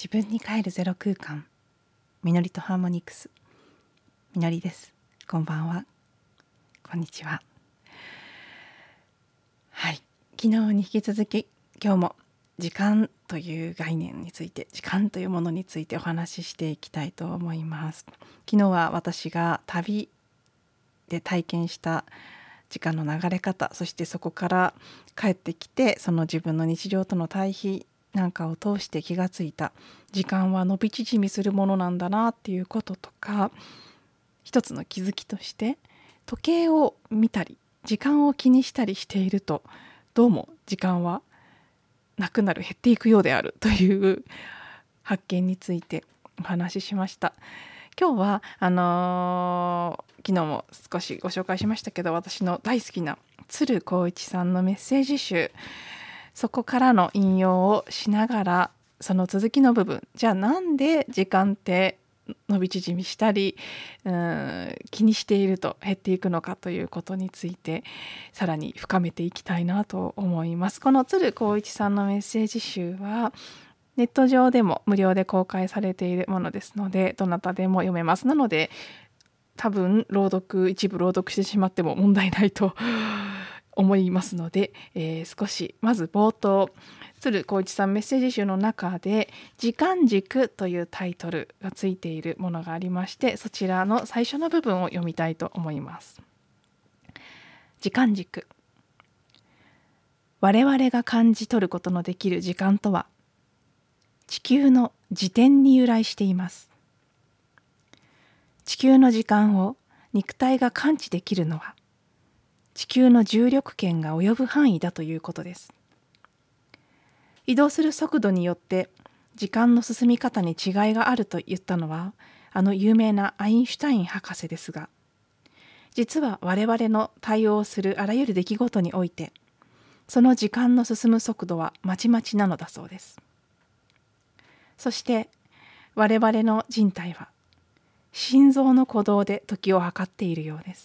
自分に帰るゼロ空間、みのりとハーモニクス。みのりです。こんばんは、こんにちは。はい、昨日に引き続き今日も時間という概念について、時間というものについてお話ししていきたいと思います。昨日は私が旅で体験した時間の流れ方、そしてそこから帰ってきてその自分の日常との対比なんかを通して気がついた、時間は伸び縮みするものなんだなっていうこととか、一つの気づきとして時計を見たり時間を気にしたりしていると、どうも時間はなくなる、減っていくようであるという発見についてお話ししました。今日は昨日も少しご紹介しましたけど、私の大好きな鶴光一さんのメッセージ集、そこからの引用をしながら、その続きの部分、じゃあなんで時間って伸び縮みしたり気にしていると減っていくのかということについてさらに深めていきたいなと思います。この鶴光一さんのメッセージ集はネット上でも無料で公開されているものですので、どなたでも読めます。なので多分一部朗読してしまっても問題ないと思いますので、少しまず冒頭、鶴光一さんメッセージ集の中で時間軸というタイトルがついているものがありまして、そちらの最初の部分を読みたいと思います。時間軸。我々が感じ取ることのできる時間とは、地球の自転に由来しています。地球の時間を肉体が感知できるのは、地球の重力圏が及ぶ範囲だということです。移動する速度によって時間の進み方に違いがあると言ったのは、あの有名なアインシュタイン博士ですが、実は我々の対応するあらゆる出来事において、その時間の進む速度はまちまちなのだそうです。そして我々の人体は心臓の鼓動で時を計っているようです。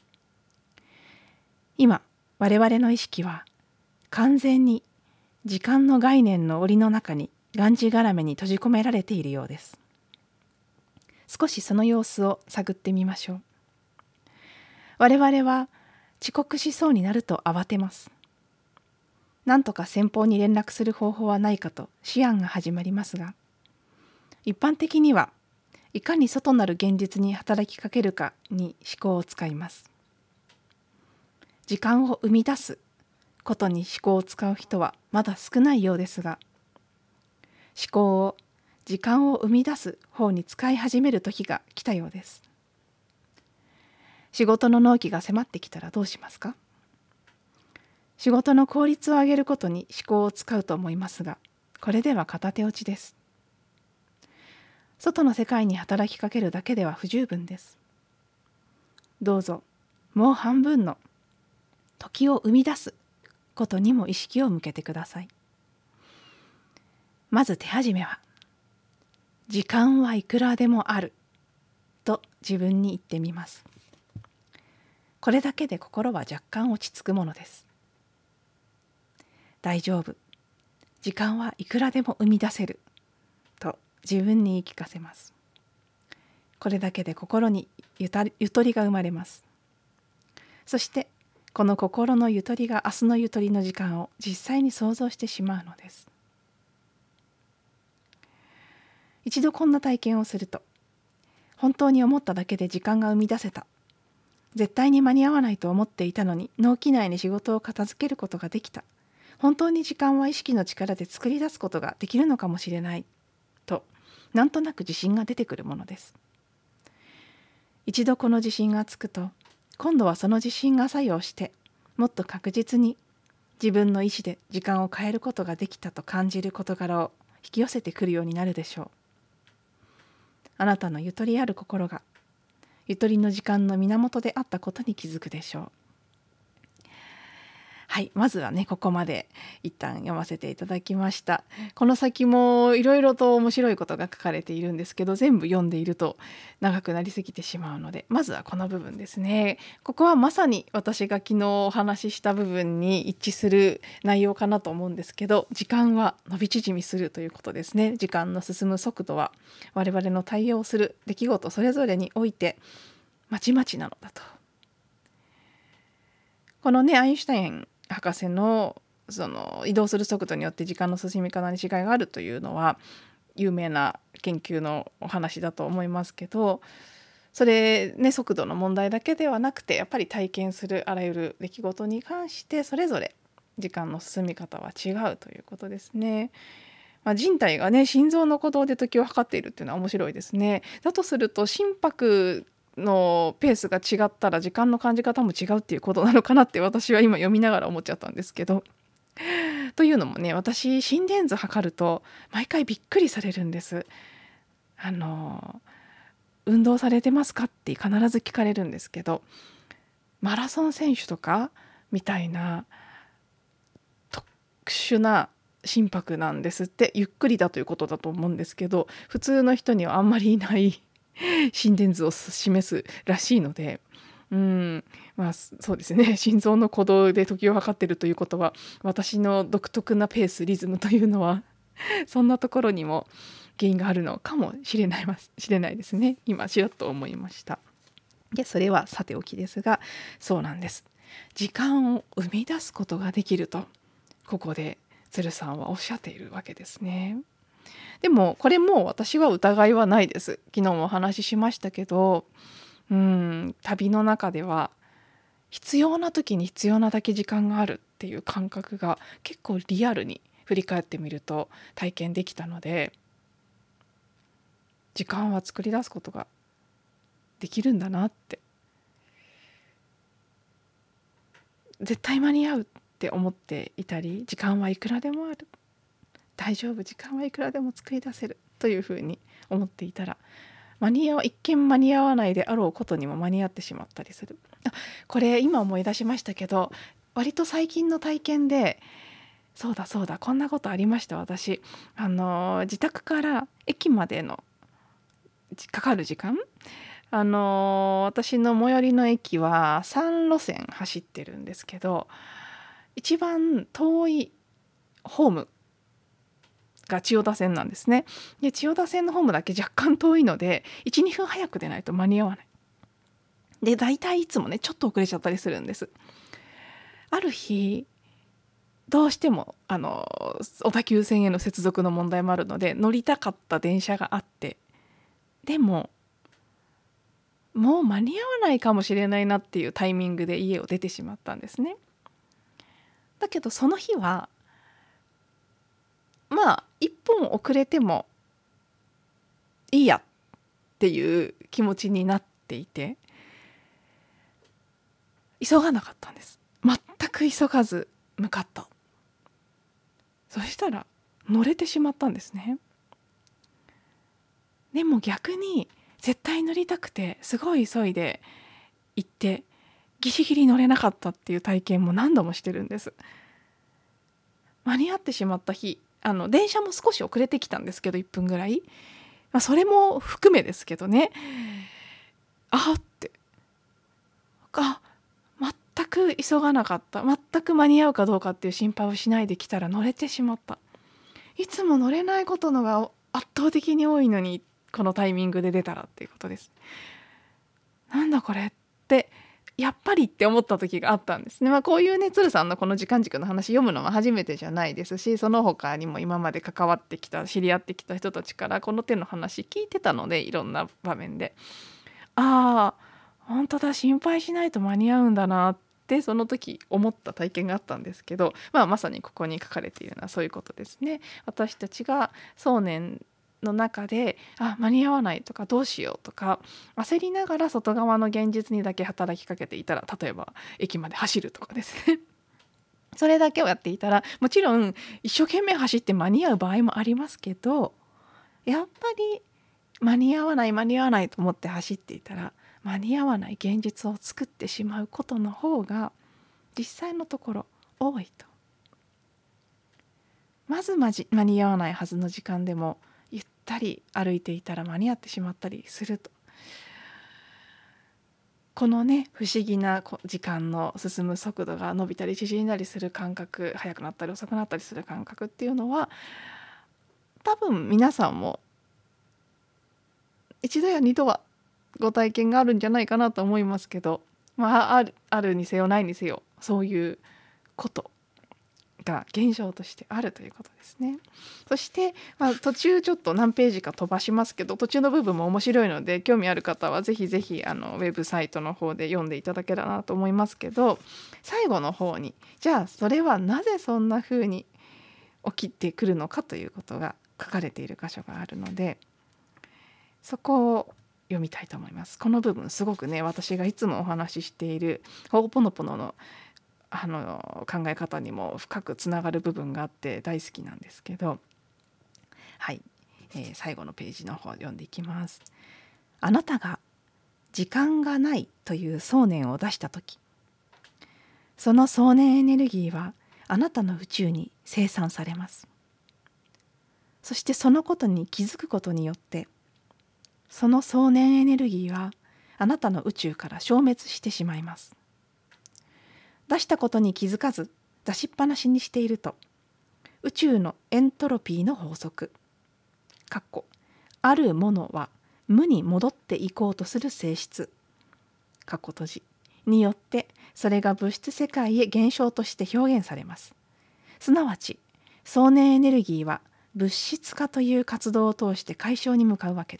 今我々の意識は完全に時間の概念の檻の中にがんじがらめに閉じ込められているようです。少しその様子を探ってみましょう。我々は遅刻しそうになると慌てます。なんとか先方に連絡する方法はないかと思案が始まりますが、一般的にはいかに外なる現実に働きかけるかに思考を使います。時間を生み出すことに思考を使う人はまだ少ないようですが、思考を時間を生み出す方に使い始める時が来たようです。仕事の納期が迫ってきたらどうしますか？仕事の効率を上げることに思考を使うと思いますが、これでは片手落ちです。外の世界に働きかけるだけでは不十分です。どうぞもう半分の時を生み出すことにも意識を向けてください。まず手始めは、時間はいくらでもあると自分に言ってみます。これだけで心は若干落ち着くものです。大丈夫、時間はいくらでも生み出せると自分に言い聞かせます。これだけで心にゆとりが生まれます。そしてこの心のゆとりが明日のゆとりの時間を実際に想像してしまうのです。一度こんな体験をすると、本当に思っただけで時間が生み出せた、絶対に間に合わないと思っていたのに納期内に仕事を片付けることができた、本当に時間は意識の力で作り出すことができるのかもしれないと、なんとなく自信が出てくるものです。一度この自信がつくと、今度はその自信が作用してもっと確実に自分の意思で時間を変えることができたと感じる事柄を引き寄せてくるようになるでしょう。あなたのゆとりある心がゆとりの時間の源であったことに気づくでしょう。 はい、まずはねここまで一旦読ませていただきました。この先もいろいろと面白いことが書かれているんですけど、全部読んでいると長くなりすぎてしまうので、まずはこの部分ですね。ここはまさに私が昨日お話しした部分に一致する内容かなと思うんですけど、時間は伸び縮みするということですね。時間の進む速度は我々の対応する出来事それぞれにおいてまちまちなのだと。このねアインシュタイン博士のその移動する速度によって時間の進み方に違いがあるというのは有名な研究のお話だと思いますけど、それね速度の問題だけではなくて、やっぱり体験するあらゆる出来事に関してそれぞれ時間の進み方は違うということですね。人体がね心臓の鼓動で時を測っているっていうのは面白いですね。だとすると心拍のペースが違ったら時間の感じ方も違うっていうことなのかなって私は今読みながら思っちゃったんですけど。というのもね、私心電図測ると毎回びっくりされるんです。運動されてますかって必ず聞かれるんですけど、マラソン選手とかみたいな特殊な心拍なんですって。ゆっくりだということだと思うんですけど、普通の人にはあんまりいない心電図を示すらしいので、そうですね、心臓の鼓動で時を測っているということは、私の独特なペースリズムというのはそんなところにも原因があるのかもしれないですね。今ちらっと思いました。でそれはさておきですが、そうなんです。時間を生み出すことができるとここで鶴さんはおっしゃっているわけですね。でもこれも私は疑いはないです。昨日もお話ししましたけど、旅の中では必要な時に必要なだけ時間があるっていう感覚が結構リアルに振り返ってみると体験できたので、時間は作り出すことができるんだなって、絶対間に合うって思っていたり、時間はいくらでもある、大丈夫、時間はいくらでも作り出せるというふうに思っていたら、一見間に合わないであろうことにも間に合ってしまったりする。これ今思い出しましたけど、割と最近の体験で、そうだこんなことありました。私自宅から駅までのかかる時間、私の最寄りの駅は3路線走ってるんですけど、一番遠いホームが千代田線なんですね。で千代田線のホームだけ若干遠いので 1,2 分早く出ないと間に合わない。で大体いつもねちょっと遅れちゃったりするんです。ある日どうしても小田急線への接続の問題もあるので乗りたかった電車があって、でももう間に合わないかもしれないなっていうタイミングで家を出てしまったんですね。だけどその日は一本遅れてもいいやっていう気持ちになっていて、急がなかったんです。全く急がず向かった。そしたら乗れてしまったんですね。でも逆に絶対乗りたくてすごい急いで行ってギリギリ乗れなかったっていう体験も何度もしてるんです。間に合ってしまった日、電車も少し遅れてきたんですけど1分ぐらい、それも含めですけどね、全く急がなかった、全く間に合うかどうかっていう心配をしないで来たら乗れてしまった。いつも乗れないことのが圧倒的に多いのにこのタイミングで出たらっていうことです。なんだこれってやっぱりって思った時があったんですね。こういうね鶴さんのこの時間軸の話読むのは初めてじゃないですし、その他にも今まで関わってきた知り合ってきた人たちからこの手の話聞いてたので、いろんな場面で本当だ、心配しないと間に合うんだなってその時思った体験があったんですけど、まさにここに書かれているのはそういうことですね。私たちが想念の中で間に合わないとかどうしようとか焦りながら外側の現実にだけ働きかけていたら、例えば駅まで走るとかですねそれだけをやっていたら、もちろん一生懸命走って間に合う場合もありますけど、やっぱり間に合わないと思って走っていたら間に合わない現実を作ってしまうことの方が実際のところ多いと。まず間に合わないはずの時間でもゆったり歩いていたら間に合ってしまったりすると。このね不思議な時間の進む速度が伸びたり縮んだりする感覚、速くなったり遅くなったりする感覚っていうのは、多分皆さんも一度や二度はご体験があるんじゃないかなと思いますけど、あるにせよないにせよそういうことが現象としてあるということですね。そして、途中ちょっと何ページか飛ばしますけど、途中の部分も面白いので興味ある方はぜひぜひウェブサイトの方で読んでいただけたらなと思いますけど、最後の方にじゃあそれはなぜそんな風に起きてくるのかということが書かれている箇所があるので、そこを読みたいと思います。この部分すごくね、私がいつもお話ししているホーポノポノの考え方にも深くつながる部分があって大好きなんですけど、はい、最後のページの方読んでいきます。あなたが時間がないという想念を出したとき、その想念エネルギーはあなたの宇宙に生産されます。そしてそのことに気づくことによって、その想念エネルギーはあなたの宇宙から消滅してしまいます。出したことに気づかず出しっぱなしにしていると、宇宙のエントロピーの法則あるものは無に戻っていこうとする性質によってそれが物質世界へ現象として表現されます。すなわち想念エネルギーは物質化という活動を通して解消に向かうわけです。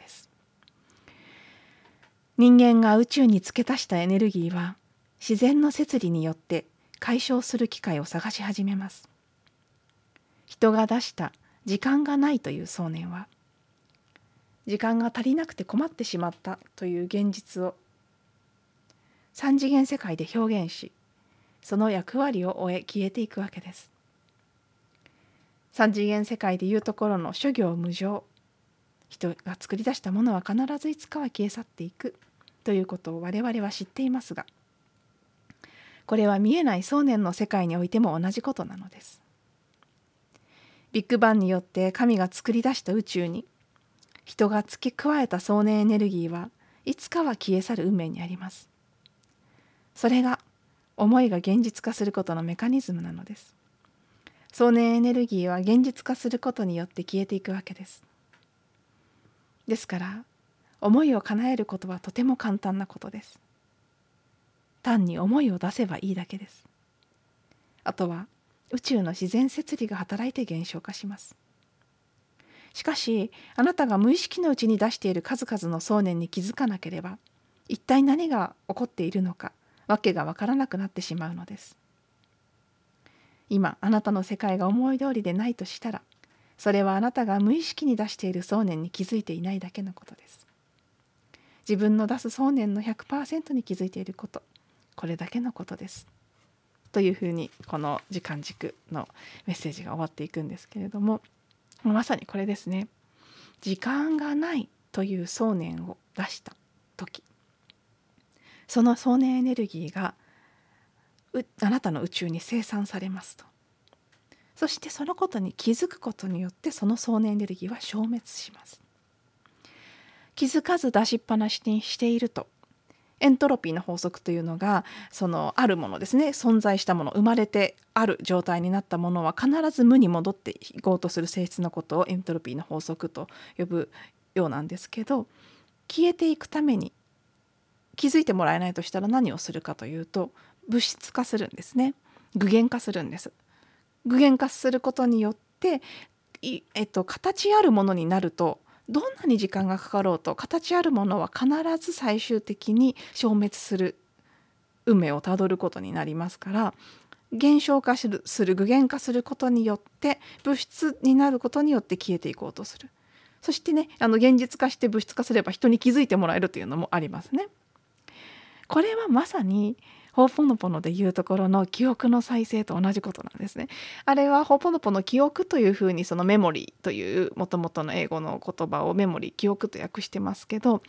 人間が宇宙に付け足したエネルギーは自然の摂理によって解消する機会を探し始めます。人が出した時間がないという想念は、時間が足りなくて困ってしまったという現実を三次元世界で表現し、その役割を終え消えていくわけです。三次元世界でいうところの諸行無常、人が作り出したものは必ずいつかは消え去っていくということを我々は知っていますが、これは見えない想念の世界においても同じことなのです。ビッグバンによって神が作り出した宇宙に人が付け加えた想念エネルギーはいつかは消え去る運命にあります。それが思いが現実化することのメカニズムなのです。想念エネルギーは現実化することによって消えていくわけです。ですから思いを叶えることはとても簡単なことです。単に思いを出せばいいだけです。あとは宇宙の自然摂理が働いて現象化します。しかしあなたが無意識のうちに出している数々の想念に気づかなければ、一体何が起こっているのかわけがわからなくなってしまうのです。今あなたの世界が思い通りでないとしたら、それはあなたが無意識に出している想念に気づいていないだけのことです。自分の出す想念の 100% に気づいていること、これだけのことです。というふうにこの時間軸のメッセージが終わっていくんですけれども、まさにこれですね。時間がないという想念を出した時、その想念エネルギーがあなたの宇宙に生産されますと。そしてそのことに気づくことによってその想念エネルギーは消滅します。気づかず出しっぱなしにしていると、エントロピーの法則というのが、そのあるものですね、存在したもの、生まれてある状態になったものは必ず無に戻っていこうとする性質のことをエントロピーの法則と呼ぶようなんですけど、消えていくために気づいてもらえないとしたら何をするかというと、物質化するんですね。具現化するんです。具現化することによって形あるものになると、どんなに時間がかかろうと形あるものは必ず最終的に消滅する運命をたどることになりますから、現象化する具現化することによって物質になることによって消えていこうとする。そしてね、現実化して物質化すれば人に気づいてもらえるというのもありますね。これはまさにホーポノポノでいうところの記憶の再生と同じことなんですね。あれはホーポノポノ記憶というふうに、そのメモリーというもともとの英語の言葉をメモリー記憶と訳してますけど、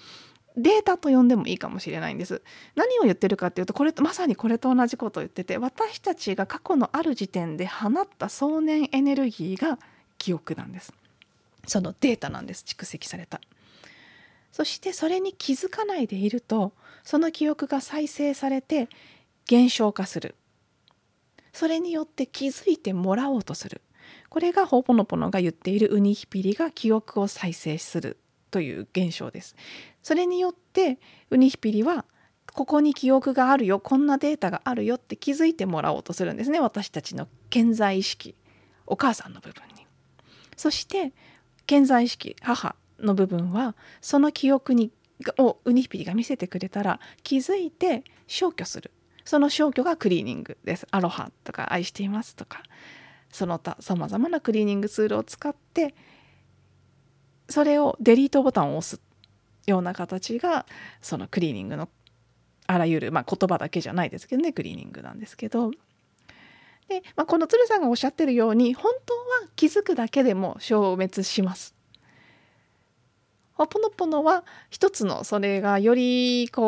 データと呼んでもいいかもしれないんです。何を言ってるかっていうと、まさにこれと同じことを言ってて、私たちが過去のある時点で放った想念エネルギーが記憶なんです。そのデータなんです。蓄積された。そしてそれに気づかないでいると、その記憶が再生されて減少化する。それによって気づいてもらおうとする。これがホーポノポノが言っているウニヒピリが記憶を再生するという現象です。それによってウニヒピリはここに記憶があるよ、こんなデータがあるよって気づいてもらおうとするんですね。私たちの顕在意識、お母さんの部分に。そして顕在意識、母の部分はその記憶をウニヒピリが見せてくれたら気づいて消去する。その消去がクリーニングです。アロハとか愛していますとか、その他さまざまなクリーニングツールを使ってそれをデリートボタンを押すような形がそのクリーニングのあらゆる、言葉だけじゃないですけどね、クリーニングなんですけど、で、この鶴さんがおっしゃってるように本当は気づくだけでも消滅します。ホポノポノは一つのそれがより一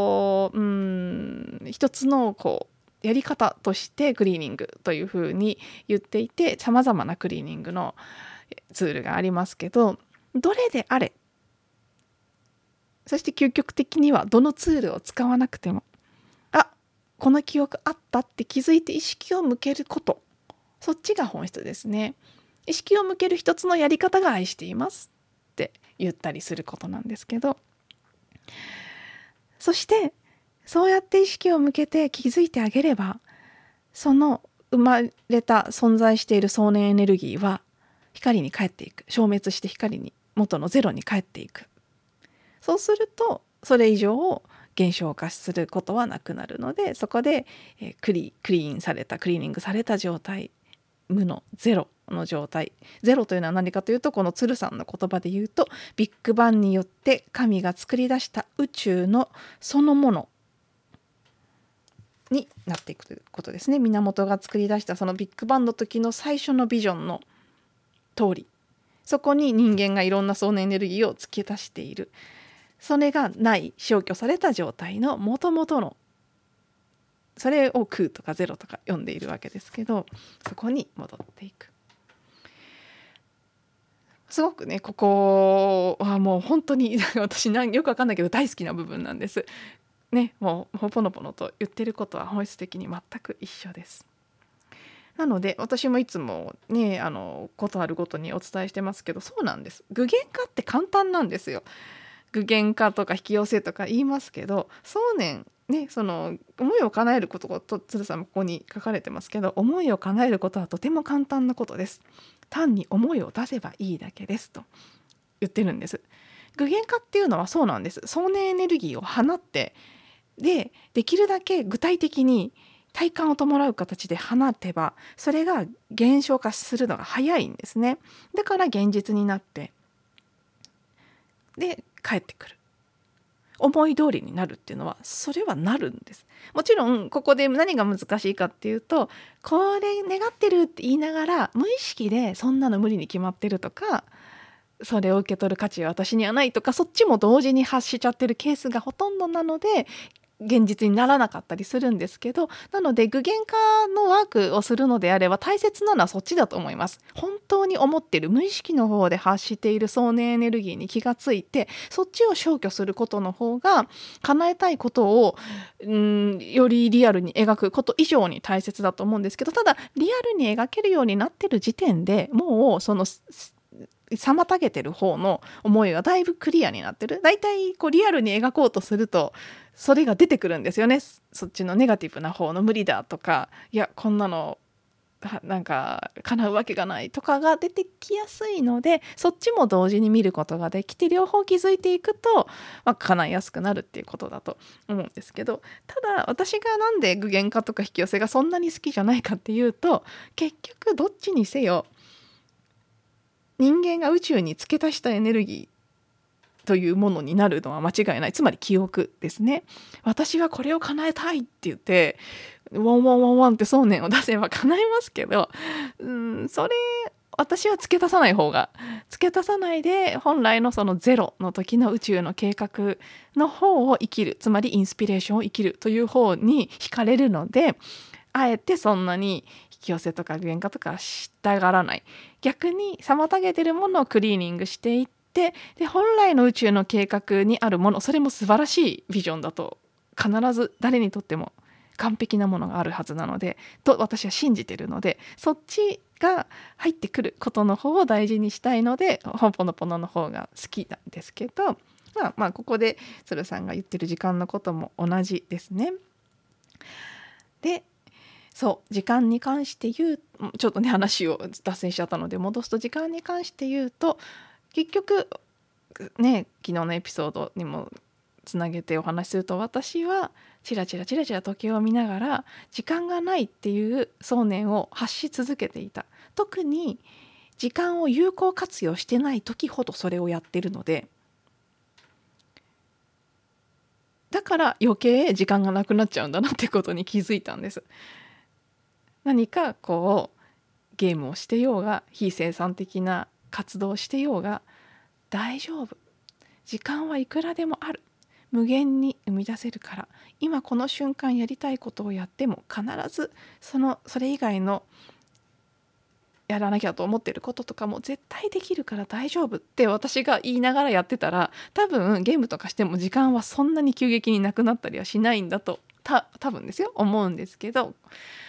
つのやり方としてクリーニングというふうに言っていて、さまざまなクリーニングのツールがありますけど、どれであれ、そして究極的にはどのツールを使わなくても、この記憶あったって気づいて意識を向けること、そっちが本質ですね。意識を向ける一つのやり方が愛していますって言ったりすることなんですけど、そしてそうやって意識を向けて気づいてあげれば、その生まれた存在している想念エネルギーは光に帰っていく。消滅して光に元のゼロに帰っていく。そうするとそれ以上減少化することはなくなるので、そこでクリーニングされた状態、無のゼロの状態。ゼロというのは何かというと、この鶴さんの言葉で言うと、ビッグバンによって神が作り出した宇宙のそのものになっていくということですね。源が作り出したそのビッグバンの時の最初のビジョンの通り、そこに人間がいろんな想念エネルギーを付け足している。それがない消去された状態の元々の、それを空とかゼロとか呼んでいるわけですけど、そこに戻っていく。すごくね、ここはもう本当に私よくわかんないけど大好きな部分なんですね。もうほぽのぽのと言ってることは本質的に全く一緒です。なので私もいつもね、ことあるごとにお伝えしてますけど、そうなんです。具現化って簡単なんですよ。具現化とか引き寄せとか言いますけど、想念ね、その思いを叶えることと、鶴さんもここに書かれてますけど、思いを叶えることはとても簡単なことです。単に思いを出せばいいだけですと言ってるんです。具現化っていうのはそうなんです。想念エネルギーを放って、できるだけ具体的に体感を伴う形で放てば、それが減少化するのが早いんですね。だから現実になって、で帰ってくる、思い通りになるっていうのは、それはなるんです。もちろんここで何が難しいかっていうと、これ願ってるって言いながら無意識でそんなの無理に決まってるとか、それを受け取る価値は私にはないとか、そっちも同時に発しちゃってるケースがほとんどなので現実にならなかったりするんですけど、なので具現化のワークをするのであれば大切なのはそっちだと思います。本当に思ってる無意識の方で発している想念エネルギーに気がついて、そっちを消去することの方が叶えたいことをよりリアルに描くこと以上に大切だと思うんですけど、ただリアルに描けるようになってる時点でもうその妨げてる方の思いがだいぶクリアになってる。だいたいリアルに描こうとするとそれが出てくるんですよね。そっちのネガティブな方の無理だとか、いやこんなのなんか叶うわけがないとかが出てきやすいので、そっちも同時に見ることができて両方気づいていくと、叶いやすくなるっていうことだと思うんですけど、ただ私がなんで具現化とか引き寄せがそんなに好きじゃないかっていうと、結局どっちにせよ人間が宇宙に付け足したエネルギーというものになるのは間違いない。つまり記憶ですね。私はこれを叶えたいって言ってワンワンワンワンって想念を出せば叶いますけど、それ私は付け足さない方が、付け足さないで本来のそのゼロの時の宇宙の計画の方を生きる、つまりインスピレーションを生きるという方に惹かれるので、あえてそんなに引き寄せとか具現化とかしたがらない。逆に妨げてるものをクリーニングしていって、で本来の宇宙の計画にあるもの、それも素晴らしいビジョンだと必ず誰にとっても完璧なものがあるはずなのでと私は信じてるので、そっちが入ってくることの方を大事にしたいのでほぽのぽのの方が好きなんですけど、まあここで鶴さんが言ってる時間のことも同じですね。でそう時間に関して言う、ちょっとね話を脱線しちゃったので戻すと、時間に関して言うと結局ね、昨日のエピソードにもつなげてお話しすると、私はチラチラ時計を見ながら時間がないっていう想念を発し続けていた。特に時間を有効活用してない時ほどそれをやってるので、だから余計時間がなくなっちゃうんだなってことに気づいたんです。何かこうゲームをしてようが非生産的な活動をしてようが大丈夫、時間はいくらでもある、無限に生み出せるから、今この瞬間やりたいことをやっても必ずそれ以外のやらなきゃと思ってることとかも絶対できるから大丈夫って私が言いながらやってたら、多分ゲームとかしても時間はそんなに急激になくなったりはしないんだと多分ですよ思うんですけど、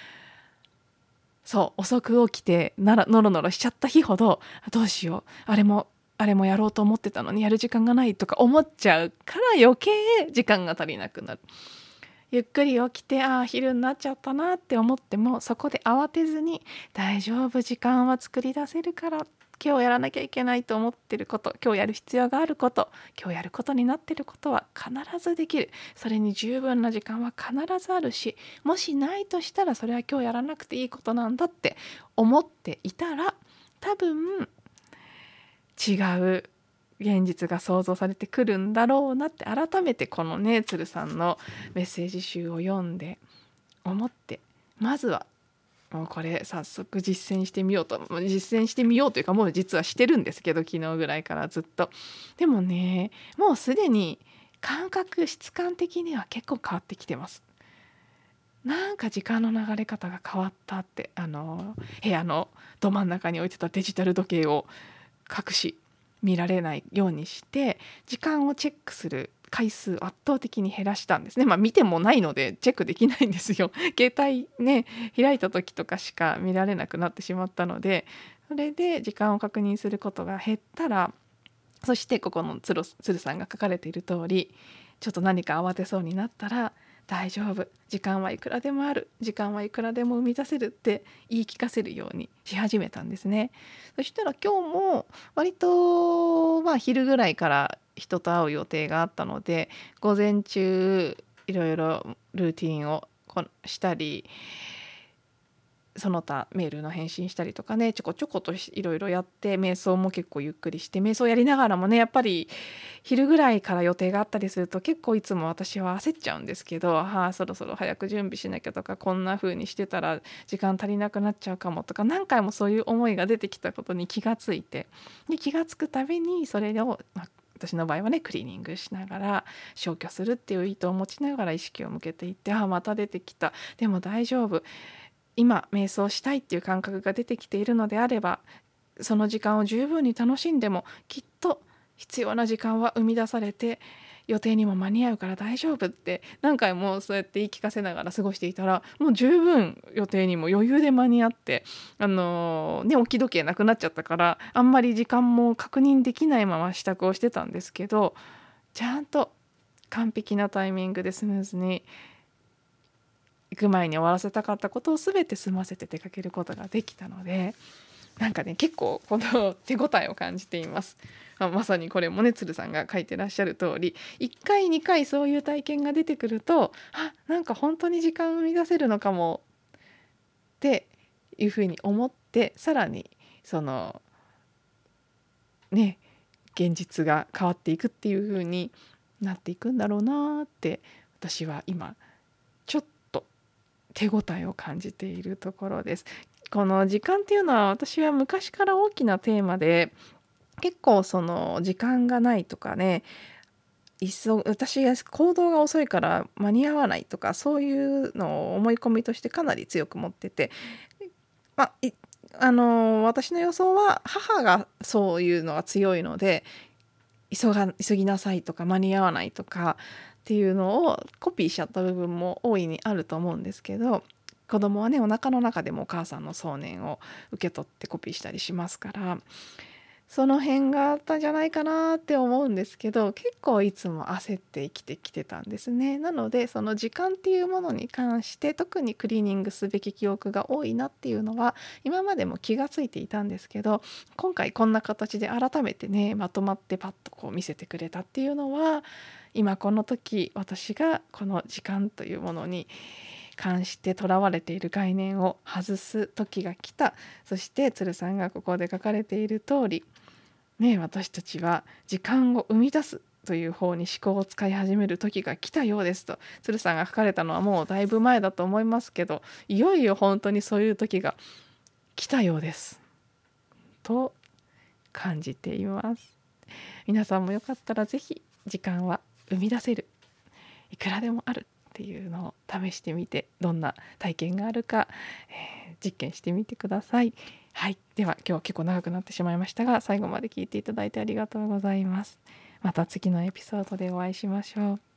そう遅く起きてノロノロしちゃった日ほど、どうしようあれもやろうと思ってたのにやる時間がないとか思っちゃうから余計時間が足りなくなる。ゆっくり起きて昼になっちゃったなって思っても、そこで慌てずに大丈夫、時間は作り出せるから、今日やらなきゃいけないと思ってること、今日やる必要があること、今日やることになってることは必ずできる、それに十分な時間は必ずあるし、もしないとしたらそれは今日やらなくていいことなんだって思っていたら、多分違う現実が想像されてくるんだろうなって、改めてこのね鶴さんのメッセージ集を読んで思って、まずはもうこれ早速実践してみようというか、もう実はしてるんですけど、昨日ぐらいからずっと。でもね、もうすでに質感的には結構変わってきてます。なんか時間の流れ方が変わったって、部屋のど真ん中に置いてたデジタル時計を隠し見られないようにして時間をチェックする回数を圧倒的に減らしたんですね。見てもないのでチェックできないんですよ。携帯ね開いた時とかしか見られなくなってしまったので、それで時間を確認することが減ったら、そしてここの鶴さんが書かれている通り、ちょっと何か慌てそうになったら大丈夫、時間はいくらでもある、時間はいくらでも生み出せるって言い聞かせるようにし始めたんですね。そしたら今日も割と昼ぐらいから人と会う予定があったので、午前中いろいろルーティンをしたり、その他メールの返信したりとかね、ちょこちょこといろいろやって、瞑想も結構ゆっくりして、瞑想やりながらもね、やっぱり昼ぐらいから予定があったりすると結構いつも私は焦っちゃうんですけど、そろそろ早く準備しなきゃとか、こんな風にしてたら時間足りなくなっちゃうかもとか、何回もそういう思いが出てきたことに気がついて、で気がつくたびにそれを、私の場合はねクリーニングしながら消去するっていう意図を持ちながら意識を向けていって、また出てきた、でも大丈夫、今瞑想したいっていう感覚が出てきているのであれば、その時間を十分に楽しんでもきっと必要な時間は生み出されて、予定にも間に合うから大丈夫って何回もそうやって言い聞かせながら過ごしていたら、もう十分予定にも余裕で間に合って、起き時計なくなっちゃったから、あんまり時間も確認できないまま支度をしてたんですけど、ちゃんと完璧なタイミングでスムーズに行く前に終わらせたかったことを全て済ませて出かけることができたので、なんかね結構この手応えを感じています。まさにこれもね鶴さんが書いてらっしゃる通り、1回2回そういう体験が出てくると、なんか本当に時間を生み出せるのかもっていうふうに思って、さらにそのね現実が変わっていくっていうふうになっていくんだろうなって、私は今ちょっと手応えを感じているところです。 この時間っていうのは私は昔から大きなテーマで、結構その時間がないとかね、私が行動が遅いから間に合わないとか、そういうのを思い込みとしてかなり強く持ってて、まあ、私の予想は母がそういうのが強いので、急ぎなさいとか間に合わないとかっていうのをコピーしちゃった部分も大いにあると思うんですけど、子供はね、お腹の中でもお母さんの想念を受け取ってコピーしたりしますから、その辺があったんじゃないかなって思うんですけど、結構いつも焦って生きてきてたんですね。なのでその時間っていうものに関して特にクリーニングすべき記憶が多いなっていうのは今までも気がついていたんですけど、今回こんな形で改めてね、まとまってパッとこう見せてくれたっていうのは、今この時私がこの時間というものに関してとらわれている概念を外す時が来た。そして鶴さんがここで書かれている通りね、私たちは時間を生み出すという方に思考を使い始める時が来たようですと、鶴さんが書かれたのはもうだいぶ前だと思いますけど、いよいよ本当にそういう時が来たようですと感じています。皆さんもよかったらぜひ時間は生み出せる、いくらでもあるっていうのを試してみて、どんな体験があるか、実験してみてください。はい、では今日は結構長くなってしまいましたが、最後まで聞いていただいてありがとうございます。また次のエピソードでお会いしましょう。